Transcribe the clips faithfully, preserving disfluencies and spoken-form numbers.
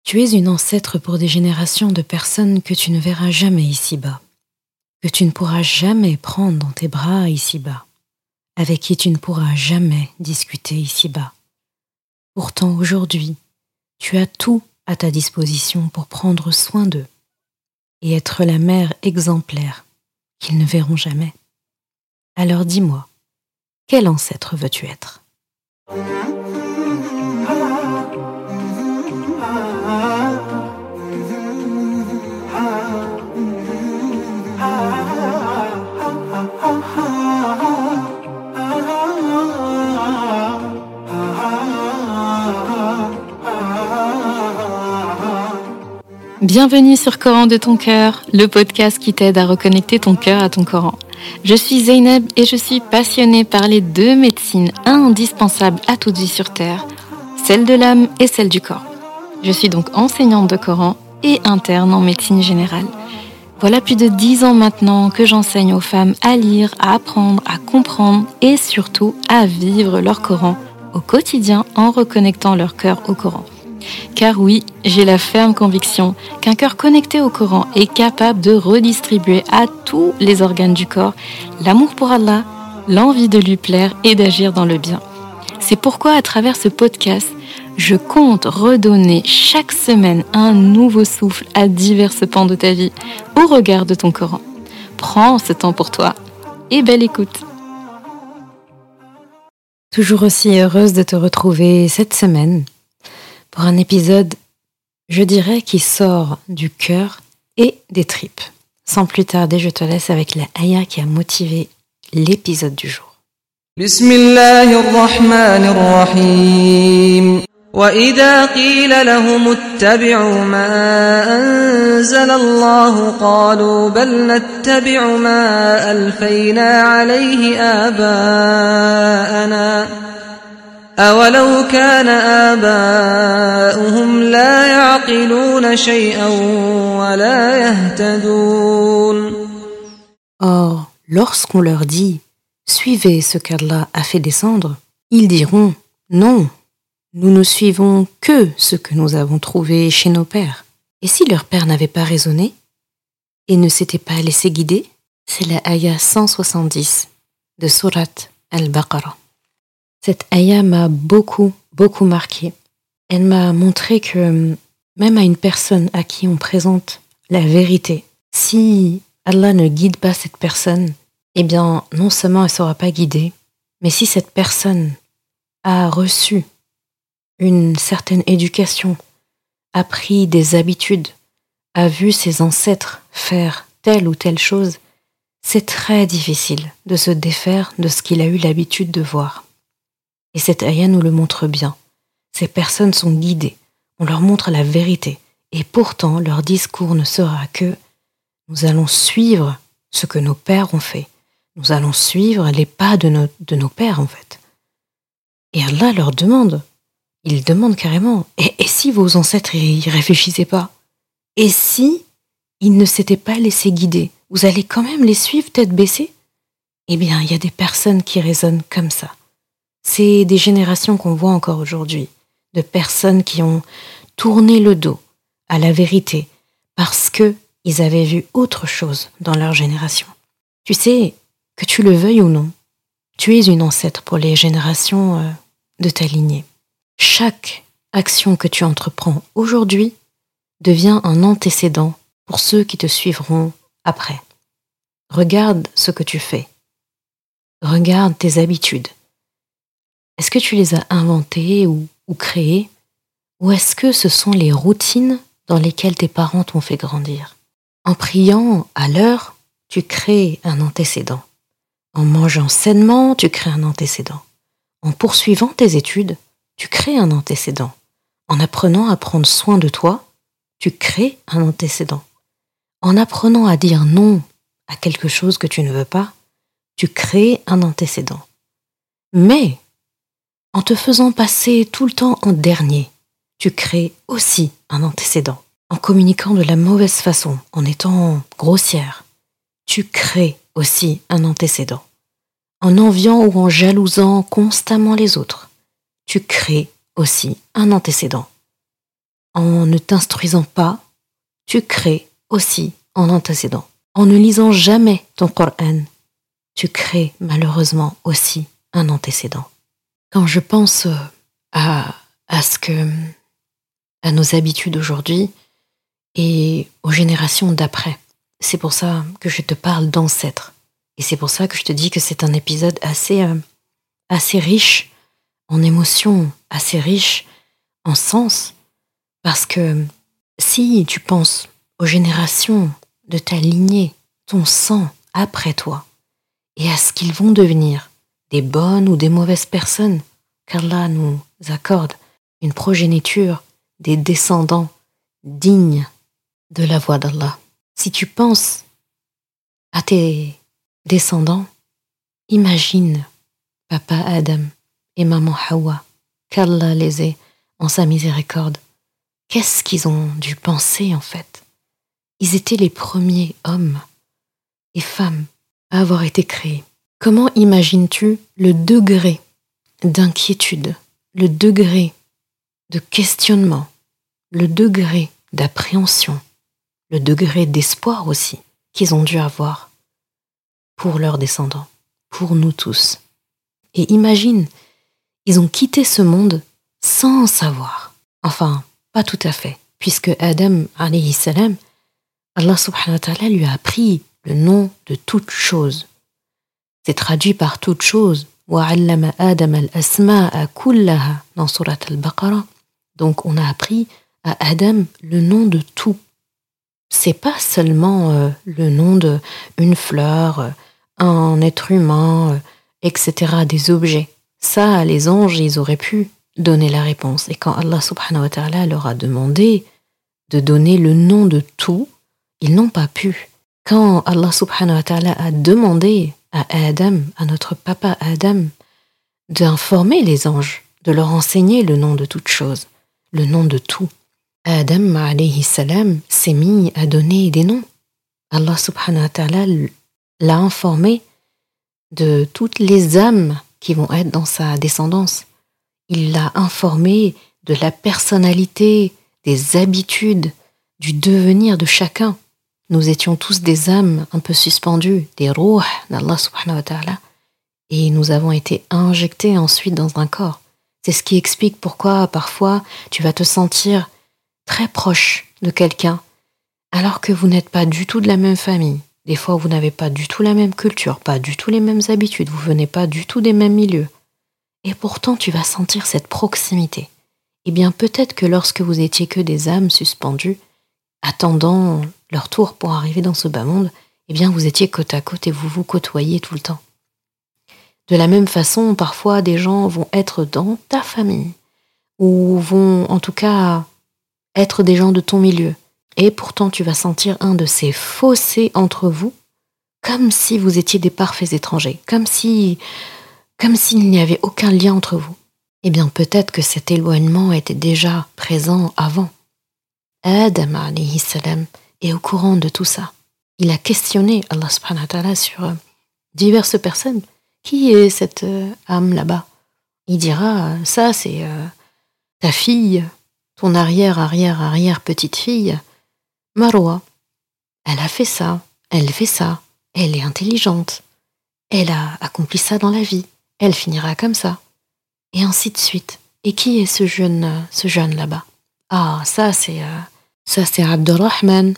Tu es une ancêtre pour des générations de personnes que tu ne verras jamais ici-bas, que tu ne pourras jamais prendre dans tes bras ici-bas, avec qui tu ne pourras jamais discuter ici-bas. Pourtant aujourd'hui, tu as tout à ta disposition pour prendre soin d'eux et être la mère exemplaire qu'ils ne verront jamais. Alors dis-moi, quel ancêtre veux-tu être ? Bienvenue sur Coran de ton cœur, le podcast qui t'aide à reconnecter ton cœur à ton Coran. Je suis Zeynep et je suis passionnée par les deux médecines indispensables à toute vie sur Terre, celle de l'âme et celle du corps. Je suis donc enseignante de Coran et interne en médecine générale. Voilà plus de dix ans maintenant que j'enseigne aux femmes à lire, à apprendre, à comprendre et surtout à vivre leur Coran au quotidien en reconnectant leur cœur au Coran. Car oui, j'ai la ferme conviction qu'un cœur connecté au Coran est capable de redistribuer à tous les organes du corps l'amour pour Allah, l'envie de lui plaire et d'agir dans le bien. C'est pourquoi à travers ce podcast, je compte redonner chaque semaine un nouveau souffle à divers pans de ta vie au regard de ton Coran. Prends ce temps pour toi et belle écoute. Toujours aussi heureuse de te retrouver cette semaine pour un épisode, je dirais, qui sort du cœur et des tripes. Sans plus tarder, je te laisse avec la ayah qui a motivé l'épisode du jour. Bismillahirrahmanirrahim. وَإِذَا قِيلَ لَهُمُ اتَّبِعُوا مَا أَنزَلَ اللَّهُ قَالُوا بَلْ نَتَّبِعُ مَا أَلْفَيْنَا عَلَيْهِ آبَاءَنَا أَوَلَوْ كَانَ آبَاؤُهُمْ لَا يَعْقِلُونَ شَيْئًا وَلَا يَهْتَدُونَ. Or, lorsqu'on leur dit « Suivez ce qu'Allah a fait descendre », ils diront « Non, nous ne suivons que ce que nous avons trouvé chez nos pères. » Et si leurs pères n'avaient pas raisonné et ne s'étaient pas laissés guider, c'est la ayah cent soixante-dix de Sourate Al-Baqarah. Cette ayah m'a beaucoup, beaucoup marquée. Elle m'a montré que même à une personne à qui on présente la vérité, si Allah ne guide pas cette personne, eh bien, non seulement elle ne sera pas guidée, mais si cette personne a reçu une certaine éducation, a pris des habitudes, a vu ses ancêtres faire telle ou telle chose, c'est très difficile de se défaire de ce qu'il a eu l'habitude de voir. Et cette ayah nous le montre bien. Ces personnes sont guidées, on leur montre la vérité, et pourtant leur discours ne sera que « nous allons suivre ce que nos pères ont fait, nous allons suivre les pas de nos, de nos pères en fait ». Et Allah leur demande, il demande carrément « et, et si vos ancêtres y réfléchissaient pas ? Et si ils ne s'étaient pas laissés guider, vous allez quand même les suivre tête baissée ?» Eh bien, il y a des personnes qui raisonnent comme ça. C'est des générations qu'on voit encore aujourd'hui, de personnes qui ont tourné le dos à la vérité parce qu'ils avaient vu autre chose dans leur génération. Tu sais, que tu le veuilles ou non, tu es une ancêtre pour les générations euh, de ta lignée. Chaque action que tu entreprends aujourd'hui devient un antécédent pour ceux qui te suivront après. Regarde ce que tu fais. Regarde tes habitudes. Est-ce que tu les as inventées ou, ou créées, ou est-ce que ce sont les routines dans lesquelles tes parents t'ont fait grandir ? En priant à l'heure, tu crées un antécédent. En mangeant sainement, tu crées un antécédent. En poursuivant tes études, tu crées un antécédent. En apprenant à prendre soin de toi, tu crées un antécédent. En apprenant à dire non à quelque chose que tu ne veux pas, tu crées un antécédent. Mais en te faisant passer tout le temps en dernier, tu crées aussi un antécédent. En communiquant de la mauvaise façon, en étant grossière, tu crées aussi un antécédent. En enviant ou en jalousant constamment les autres, tu crées aussi un antécédent. en ne t'instruisant pas, tu crées aussi en antécédent. En ne lisant jamais ton Coran, tu crées malheureusement aussi un antécédent. Quand je pense à, à ce que, à nos habitudes aujourd'hui et aux générations d'après, c'est pour ça que je te parle d'ancêtres. Et c'est pour ça que je te dis que c'est un épisode assez, euh, assez riche en émotions, assez riche en sens. Parce que si tu penses aux générations de ta lignée, ton sang après toi, et à ce qu'ils vont devenir, des bonnes ou des mauvaises personnes, qu'Allah nous accorde une progéniture, des descendants dignes de la voie d'Allah. Si tu penses à tes descendants, imagine papa Adam et maman Hawa, qu'Allah les ait en sa miséricorde. Qu'est-ce qu'ils ont dû penser en fait? Ils étaient les premiers hommes et femmes à avoir été créés. Comment imagines-tu le degré d'inquiétude, le degré de questionnement, le degré d'appréhension, le degré d'espoir aussi qu'ils ont dû avoir pour leurs descendants, pour nous tous? Et imagine, ils ont quitté ce monde sans savoir. Enfin, pas tout à fait, puisque Adam, alayhi salam, Allah subhanahu wa ta'ala lui a appris le nom de toute chose. C'est traduit par toute chose. وَعَلَّمَ آدَمَ الْأَسْمَاءَ كُلَّهَا dans surat al-Baqarah. Donc on a appris à Adam le nom de tout. C'est pas seulement euh, le nom d'une fleur, euh, un être humain, euh, et cetera, des objets. Ça, les anges, ils auraient pu donner la réponse. Et quand Allah subhanahu wa ta'ala leur a demandé de donner le nom de tout, ils n'ont pas pu. Quand Allah subhanahu wa ta'ala a demandé à Adam, à notre papa Adam, d'informer les anges, de leur enseigner le nom de toute chose, le nom de tout, Adam alayhi salam s'est mis à donner des noms. Allah subhanahu wa ta'ala l'a informé de toutes les âmes qui vont être dans sa descendance. Il l'a informé de la personnalité, des habitudes, du devenir de chacun. Nous étions tous des âmes un peu suspendues, des rouhs d'Allah subhanahu wa ta'ala, et nous avons été injectés ensuite dans un corps. C'est ce qui explique pourquoi parfois tu vas te sentir très proche de quelqu'un, alors que vous n'êtes pas du tout de la même famille. Des fois, vous n'avez pas du tout la même culture, pas du tout les mêmes habitudes, vous venez pas du tout des mêmes milieux. Et pourtant, tu vas sentir cette proximité. Eh bien, peut-être que lorsque vous étiez que des âmes suspendues, attendant leur tour pour arriver dans ce bas monde, eh bien, vous étiez côte à côte et vous vous côtoyez tout le temps. De la même façon, parfois, des gens vont être dans ta famille, ou vont, en tout cas, être des gens de ton milieu. Et pourtant, tu vas sentir un de ces fossés entre vous, comme si vous étiez des parfaits étrangers, comme si, comme s'il n'y avait aucun lien entre vous. Eh bien, peut-être que cet éloignement était déjà présent avant. Adam alayhi salam est au courant de tout ça. Il a questionné Allah subhanahu wa ta'ala sur diverses personnes. Qui est cette euh, âme là-bas? Il dira, ça c'est euh, ta fille, ton arrière-arrière-arrière petite-fille, Marwa. Elle a fait ça, elle fait ça, elle est intelligente. Elle a accompli ça dans la vie, elle finira comme ça. Et ainsi de suite. Et qui est ce jeune, ce jeune là-bas? Ah, ça c'est, euh, ça c'est Abdurrahman.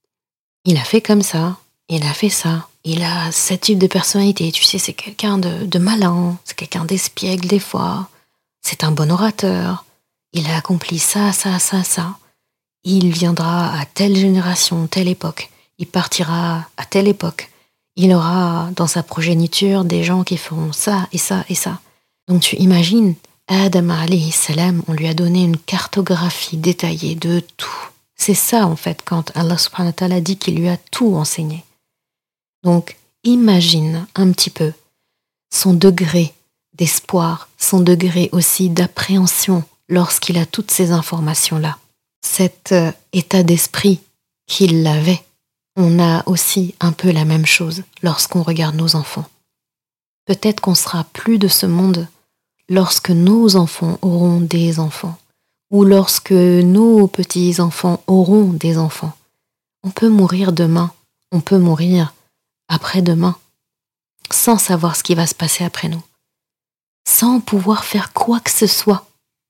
Il a fait comme ça, il a fait ça. Il a ce type de personnalité, tu sais, c'est quelqu'un de, de malin, c'est quelqu'un d'espiègle des fois, c'est un bon orateur, il a accompli ça, ça, ça, ça. Il viendra à telle génération, telle époque, il partira à telle époque, il aura dans sa progéniture des gens qui feront ça et ça et ça. Donc tu imagines, Adam alayhi salam, on lui a donné une cartographie détaillée de tout. C'est ça en fait quand Allah subhanahu wa ta'ala dit qu'il lui a tout enseigné. Donc, imagine un petit peu son degré d'espoir, son degré aussi d'appréhension lorsqu'il a toutes ces informations-là. Cet euh, état d'esprit qu'il avait, on a aussi un peu la même chose lorsqu'on regarde nos enfants. Peut-être qu'on sera plus de ce monde lorsque nos enfants auront des enfants, ou lorsque nos petits-enfants auront des enfants. On peut mourir demain, on peut mourir après-demain, sans savoir ce qui va se passer après nous, sans pouvoir faire quoi que ce soit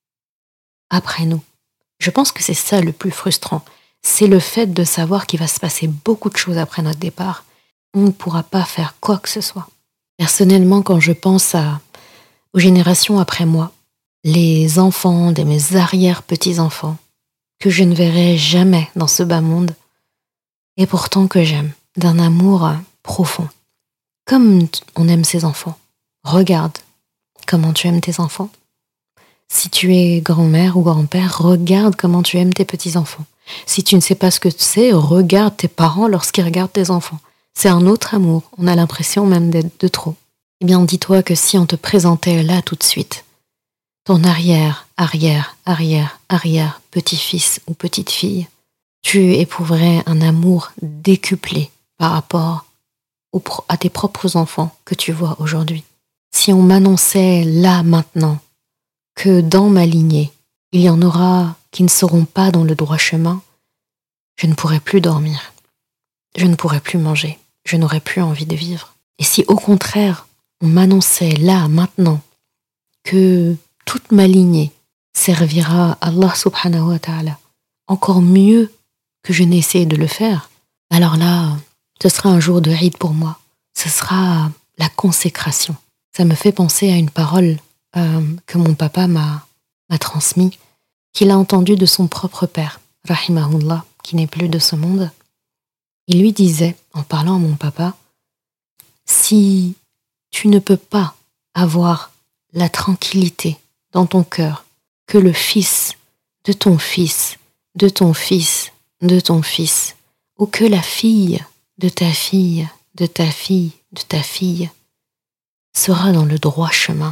après nous. Je pense que c'est ça le plus frustrant, c'est le fait de savoir qu'il va se passer beaucoup de choses après notre départ. On ne pourra pas faire quoi que ce soit. Personnellement, quand je pense à, aux générations après moi, les enfants de mes arrière-petits-enfants, que je ne verrai jamais dans ce bas monde, et pourtant que j'aime, d'un amour profond. Comme on aime ses enfants. Regarde comment tu aimes tes enfants. Si tu es grand-mère ou grand-père, regarde comment tu aimes tes petits-enfants. Si tu ne sais pas ce que c'est, regarde tes parents lorsqu'ils regardent tes enfants. C'est un autre amour, on a l'impression même d'être de trop. Eh bien, dis-toi que si on te présentait là tout de suite, ton arrière, arrière, arrière, arrière, petit-fils ou petite-fille, tu éprouverais un amour décuplé par rapport aux, à tes propres enfants que tu vois aujourd'hui. Si on m'annonçait là maintenant que dans ma lignée, il y en aura qui ne seront pas dans le droit chemin, je ne pourrais plus dormir, je ne pourrais plus manger, je n'aurais plus envie de vivre. Et si au contraire, on m'annonçait là maintenant que toute ma lignée servira Allah subhanahu wa ta'ala encore mieux que je n'ai essayé de le faire, alors là, ce sera un jour de Eid pour moi. Ce sera la consécration. Ça me fait penser à une parole euh, que mon papa m'a, m'a transmise, qu'il a entendue de son propre père, rahimahullah, qui n'est plus de ce monde. Il lui disait, en parlant à mon papa, si tu ne peux pas avoir la tranquillité dans ton cœur que le fils de ton fils, de ton fils, de ton fils, ou que la fille de ta fille, de ta fille, de ta fille, sera dans le droit chemin,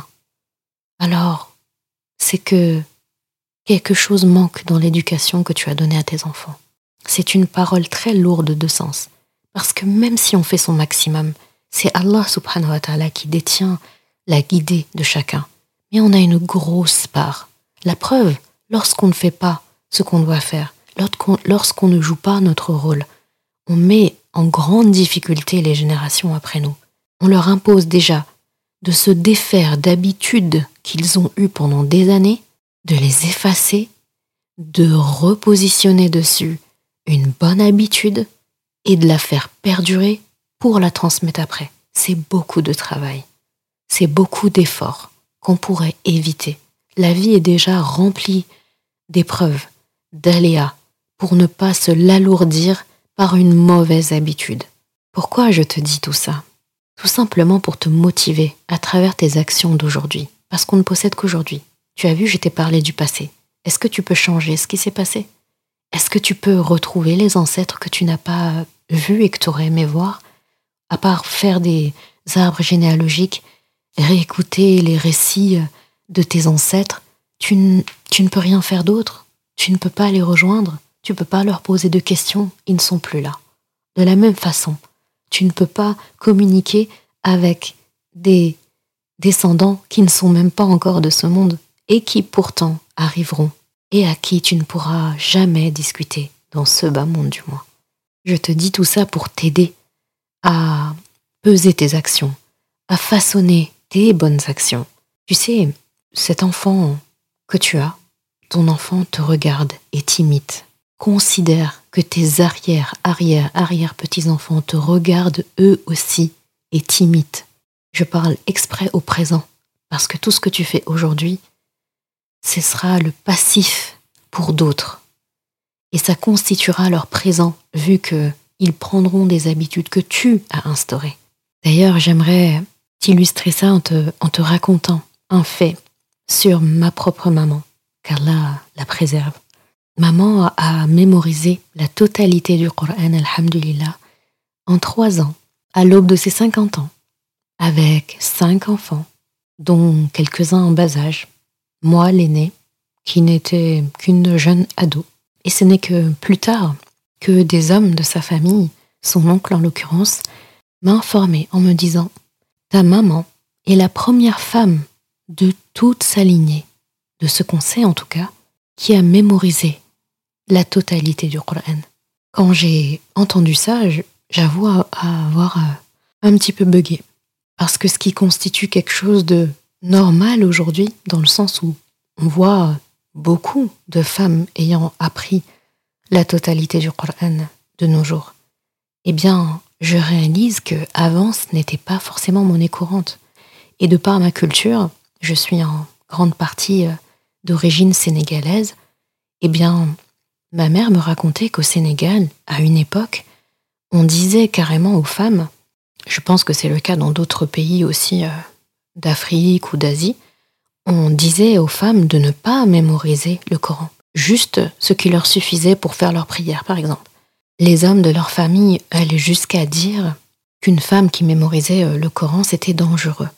alors c'est que quelque chose manque dans l'éducation que tu as donnée à tes enfants. C'est une parole très lourde de sens, parce que même si on fait son maximum, c'est Allah subhanahu wa ta'ala qui détient la guidée de chacun. Mais on a une grosse part. La preuve, lorsqu'on ne fait pas ce qu'on doit faire, lorsqu'on, lorsqu'on ne joue pas notre rôle, on met en grande difficulté les générations après nous. On leur impose déjà de se défaire d'habitudes qu'ils ont eues pendant des années, de les effacer, de repositionner dessus une bonne habitude et de la faire perdurer pour la transmettre après. C'est beaucoup de travail, c'est beaucoup d'efforts qu'on pourrait éviter. La vie est déjà remplie d'épreuves, d'aléas, pour ne pas se l'alourdir par une mauvaise habitude. Pourquoi je te dis tout ça ? Tout simplement pour te motiver à travers tes actions d'aujourd'hui, parce qu'on ne possède qu'aujourd'hui. Tu as vu, je t'ai parlé du passé. Est-ce que tu peux changer ce qui s'est passé ? Est-ce que tu peux retrouver les ancêtres que tu n'as pas vus et que tu aurais aimé voir ? À part faire des arbres généalogiques, réécouter les récits de tes ancêtres, tu, n- tu ne peux rien faire d'autre. Tu ne peux pas les rejoindre. Tu ne peux pas leur poser de questions. Ils ne sont plus là. De la même façon, tu ne peux pas communiquer avec des descendants qui ne sont même pas encore de ce monde et qui pourtant arriveront et à qui tu ne pourras jamais discuter dans ce bas monde du moins. Je te dis tout ça pour t'aider à peser tes actions, à façonner tes bonnes actions. Tu sais, cet enfant que tu as, ton enfant te regarde et t'imite. Considère que tes arrière, arrière, arrière petits-enfants te regardent eux aussi et t'imitent. Je parle exprès au présent, parce que tout ce que tu fais aujourd'hui, ce sera le passif pour d'autres. Et ça constituera leur présent, vu qu'ils prendront des habitudes que tu as instaurées. D'ailleurs, j'aimerais t'illustrer ça en te, en te racontant un fait sur ma propre maman, qu'Allah la préserve. Maman a mémorisé la totalité du Coran, alhamdulillah, en trois ans, à l'aube de ses cinquante ans, avec cinq enfants, dont quelques-uns en bas âge, moi l'aînée, qui n'était qu'une jeune ado. Et ce n'est que plus tard que des hommes de sa famille, son oncle en l'occurrence, m'a informé en me disant « Ta maman est la première femme de toute sa lignée, de ce qu'on sait en tout cas, qui a mémorisé la totalité du Coran. Quand j'ai entendu ça, j'avoue avoir un petit peu bugué. Parce que ce qui constitue quelque chose de normal aujourd'hui, dans le sens où on voit beaucoup de femmes ayant appris la totalité du Coran de nos jours, eh bien, je réalise que avant, ce n'était pas forcément monnaie courante. Et de par ma culture, je suis en grande partie d'origine sénégalaise, eh bien, ma mère me racontait qu'au Sénégal, à une époque, on disait carrément aux femmes, je pense que c'est le cas dans d'autres pays aussi euh, d'Afrique ou d'Asie, on disait aux femmes de ne pas mémoriser le Coran, juste ce qui leur suffisait pour faire leur prière, par exemple. Les hommes de leur famille allaient jusqu'à dire qu'une femme qui mémorisait le Coran, c'était dangereux.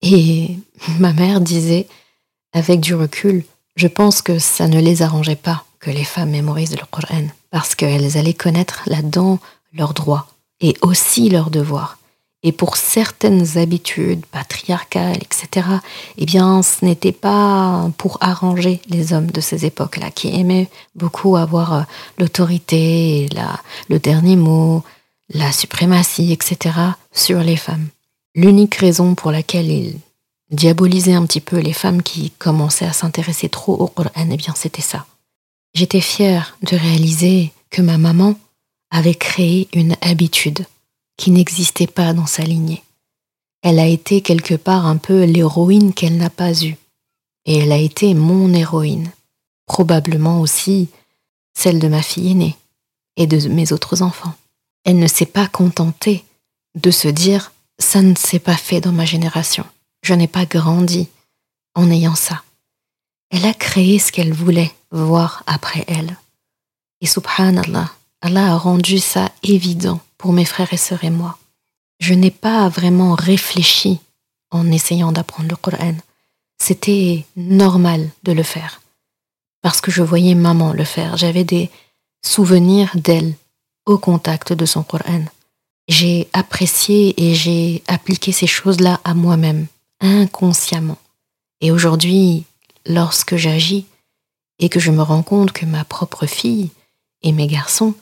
Et ma mère disait, avec du recul, je pense que ça ne les arrangeait pas que les femmes mémorisent le Coran, parce qu'elles allaient connaître là-dedans leurs droits et aussi leurs devoirs. Et pour certaines habitudes patriarcales, et cetera, eh bien, ce n'était pas pour arranger les hommes de ces époques-là, qui aimaient beaucoup avoir l'autorité, la, le dernier mot, la suprématie, et cetera, sur les femmes. L'unique raison pour laquelle ils diabolisaient un petit peu les femmes qui commençaient à s'intéresser trop au Coran, eh bien, c'était ça. J'étais fière de réaliser que ma maman avait créé une habitude qui n'existait pas dans sa lignée. Elle a été quelque part un peu l'héroïne qu'elle n'a pas eue. Et elle a été mon héroïne. Probablement aussi celle de ma fille aînée et de mes autres enfants. Elle ne s'est pas contentée de se dire « ça ne s'est pas fait dans ma génération. Je n'ai pas grandi en ayant ça. » Elle a créé ce qu'elle voulait voir après elle. Et subhanallah, Allah a rendu ça évident pour mes frères et sœurs et moi. Je n'ai pas vraiment réfléchi en essayant d'apprendre le Coran. C'était normal de le faire. Parce que je voyais maman le faire. J'avais des souvenirs d'elle au contact de son Coran. J'ai apprécié et j'ai appliqué ces choses-là à moi-même, inconsciemment. Et aujourd'hui, lorsque j'agis et que je me rends compte que ma propre fille et mes garçons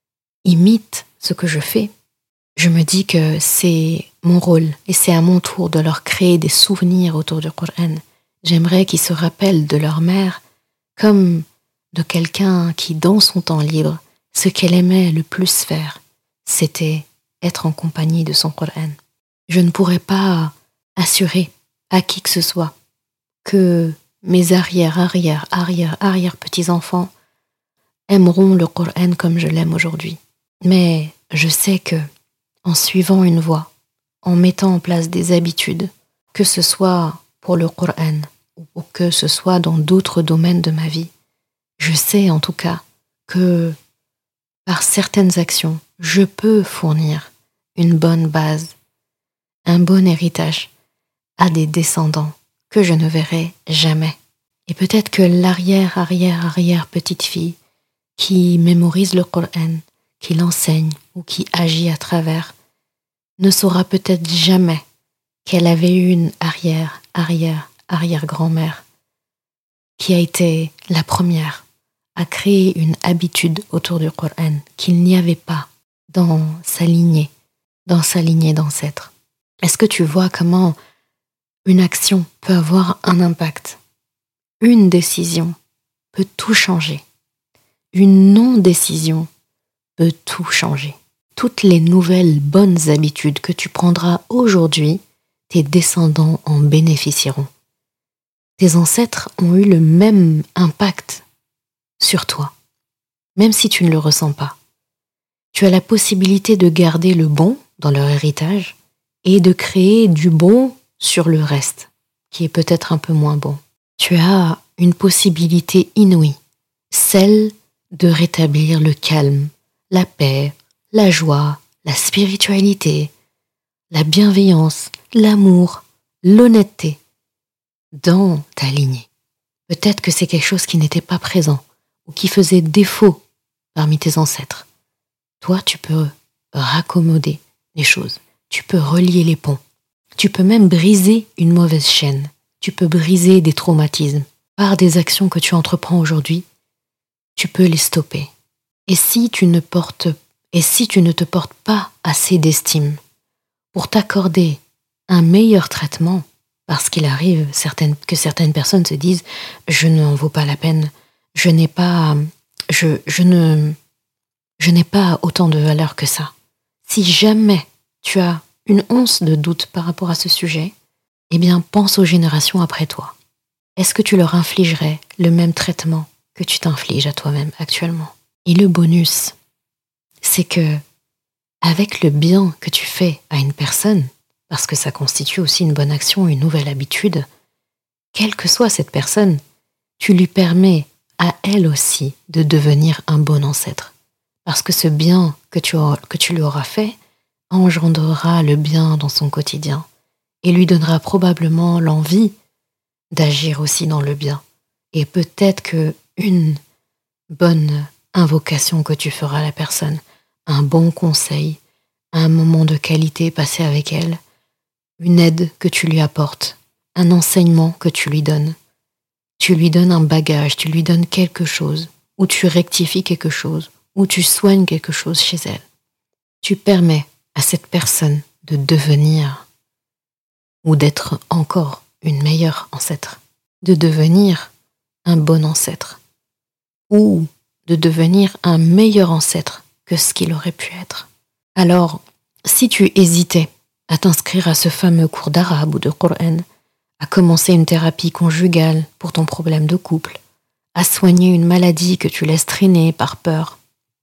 imitent ce que je fais, je me dis que c'est mon rôle et c'est à mon tour de leur créer des souvenirs autour du Coran. J'aimerais qu'ils se rappellent de leur mère comme de quelqu'un qui, dans son temps libre, ce qu'elle aimait le plus faire, c'était être en compagnie de son Coran. Je ne pourrais pas assurer à qui que ce soit que mes arrière, arrière, arrière, arrière petits-enfants aimeront le Coran comme je l'aime aujourd'hui. Mais je sais que, en suivant une voie, en mettant en place des habitudes, que ce soit pour le Coran ou que ce soit dans d'autres domaines de ma vie, je sais en tout cas que par certaines actions, je peux fournir une bonne base, un bon héritage à des descendants que je ne verrai jamais. Et peut-être que l'arrière, arrière, arrière petite fille qui mémorise le Coran, qui l'enseigne ou qui agit à travers, ne saura peut-être jamais qu'elle avait eu une arrière, arrière, arrière-grand-mère qui a été la première à créer une habitude autour du Coran qu'il n'y avait pas dans sa lignée, dans sa lignée d'ancêtres. Est-ce que tu vois comment une action peut avoir un impact? Une décision peut tout changer. Une non-décision peut tout changer. Toutes les nouvelles bonnes habitudes que tu prendras aujourd'hui, tes descendants en bénéficieront. Tes ancêtres ont eu le même impact sur toi, même si tu ne le ressens pas. Tu as la possibilité de garder le bon dans leur héritage et de créer du bon sur le reste, qui est peut-être un peu moins bon. Tu as une possibilité inouïe, celle de rétablir le calme, la paix, la joie, la spiritualité, la bienveillance, l'amour, l'honnêteté dans ta lignée. Peut-être que c'est quelque chose qui n'était pas présent ou qui faisait défaut parmi tes ancêtres. Toi, tu peux raccommoder les choses, tu peux relier les ponts, tu peux même briser une mauvaise chaîne, tu peux briser des traumatismes par des actions que tu entreprends aujourd'hui tu peux les stopper. Et si tu ne portes, et si tu ne te portes pas assez d'estime pour t'accorder un meilleur traitement, parce qu'il arrive certaines, que certaines personnes se disent « je n'en vaux pas la peine, je n'ai pas, je, je ne, je n'ai pas autant de valeur que ça ». Si jamais tu as une once de doute par rapport à ce sujet, eh bien pense aux générations après toi. Est-ce que tu leur infligerais le même traitement que tu t'infliges à toi-même actuellement? Et le bonus, c'est que avec le bien que tu fais à une personne, parce que ça constitue aussi une bonne action, une nouvelle habitude, quelle que soit cette personne, tu lui permets à elle aussi de devenir un bon ancêtre. Parce que ce bien que tu, auras, que tu lui auras fait engendrera le bien dans son quotidien et lui donnera probablement l'envie d'agir aussi dans le bien. Et peut-être que une bonne invocation que tu feras à la personne, un bon conseil, un moment de qualité passé avec elle, une aide que tu lui apportes, un enseignement que tu lui donnes. Tu lui donnes un bagage, tu lui donnes quelque chose, ou tu rectifies quelque chose, ou tu soignes quelque chose chez elle. Tu permets à cette personne de devenir, ou d'être encore une meilleure ancêtre, de devenir un bon ancêtre, ou de devenir un meilleur ancêtre que ce qu'il aurait pu être. Alors, si tu hésitais à t'inscrire à ce fameux cours d'arabe ou de Coran, à commencer une thérapie conjugale pour ton problème de couple, à soigner une maladie que tu laisses traîner par peur,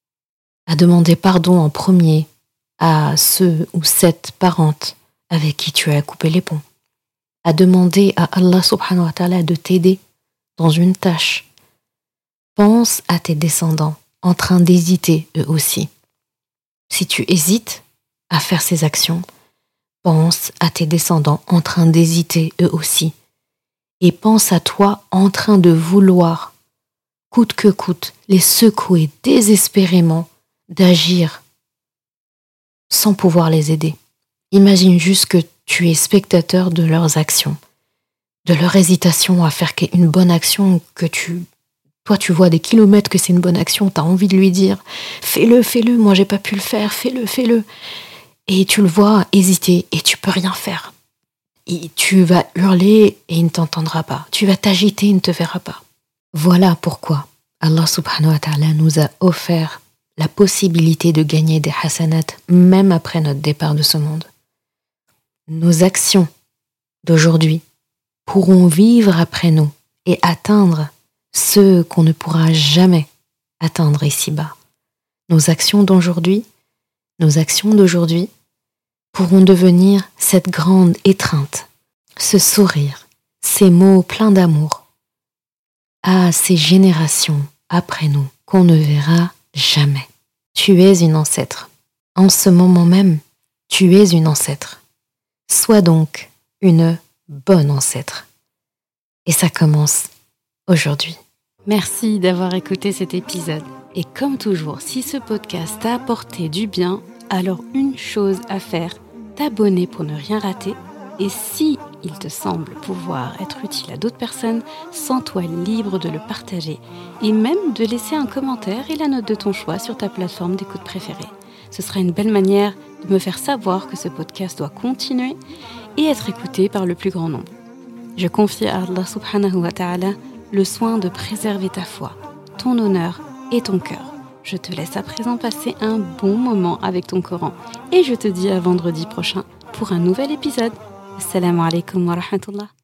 à demander pardon en premier à ceux ou cette parente avec qui tu as coupé les ponts, à demander à Allah subhanahu wa ta'ala de t'aider dans une tâche, pense à tes descendants en train d'hésiter eux aussi. Si tu hésites à faire ces actions, pense à tes descendants en train d'hésiter eux aussi. Et pense à toi en train de vouloir, coûte que coûte, les secouer désespérément d'agir sans pouvoir les aider. Imagine juste que tu es spectateur de leurs actions, de leur hésitation à faire une bonne action que tu... Toi, tu vois des kilomètres que c'est une bonne action, tu as envie de lui dire « fais-le, fais-le, moi j'ai pas pu le faire, fais-le, fais-le ». Et tu le vois hésiter et tu peux rien faire. Et tu vas hurler et il ne t'entendra pas. Tu vas t'agiter, il ne te verra pas. Voilà pourquoi Allah subhanahu wa ta'ala nous a offert la possibilité de gagner des hasanat même après notre départ de ce monde. Nos actions d'aujourd'hui pourront vivre après nous et atteindre ce qu'on ne pourra jamais atteindre ici-bas. Nos actions d'aujourd'hui, nos actions d'aujourd'hui pourront devenir cette grande étreinte, ce sourire, ces mots pleins d'amour à ces générations après nous qu'on ne verra jamais. Tu es une ancêtre. En ce moment même, tu es une ancêtre. Sois donc une bonne ancêtre. Et ça commence aujourd'hui. Merci d'avoir écouté cet épisode. Et comme toujours, si ce podcast t'a apporté du bien, alors une chose à faire, t'abonner pour ne rien rater. Et si il te semble pouvoir être utile à d'autres personnes, sens-toi libre de le partager et même de laisser un commentaire et la note de ton choix sur ta plateforme d'écoute préférée. Ce sera une belle manière de me faire savoir que ce podcast doit continuer et être écouté par le plus grand nombre. Je confie à Allah subhanahu wa ta'ala le soin de préserver ta foi, ton honneur et ton cœur. Je te laisse à présent passer un bon moment avec ton Coran et je te dis à vendredi prochain pour un nouvel épisode. Assalamu alaikum wa rahmatullah.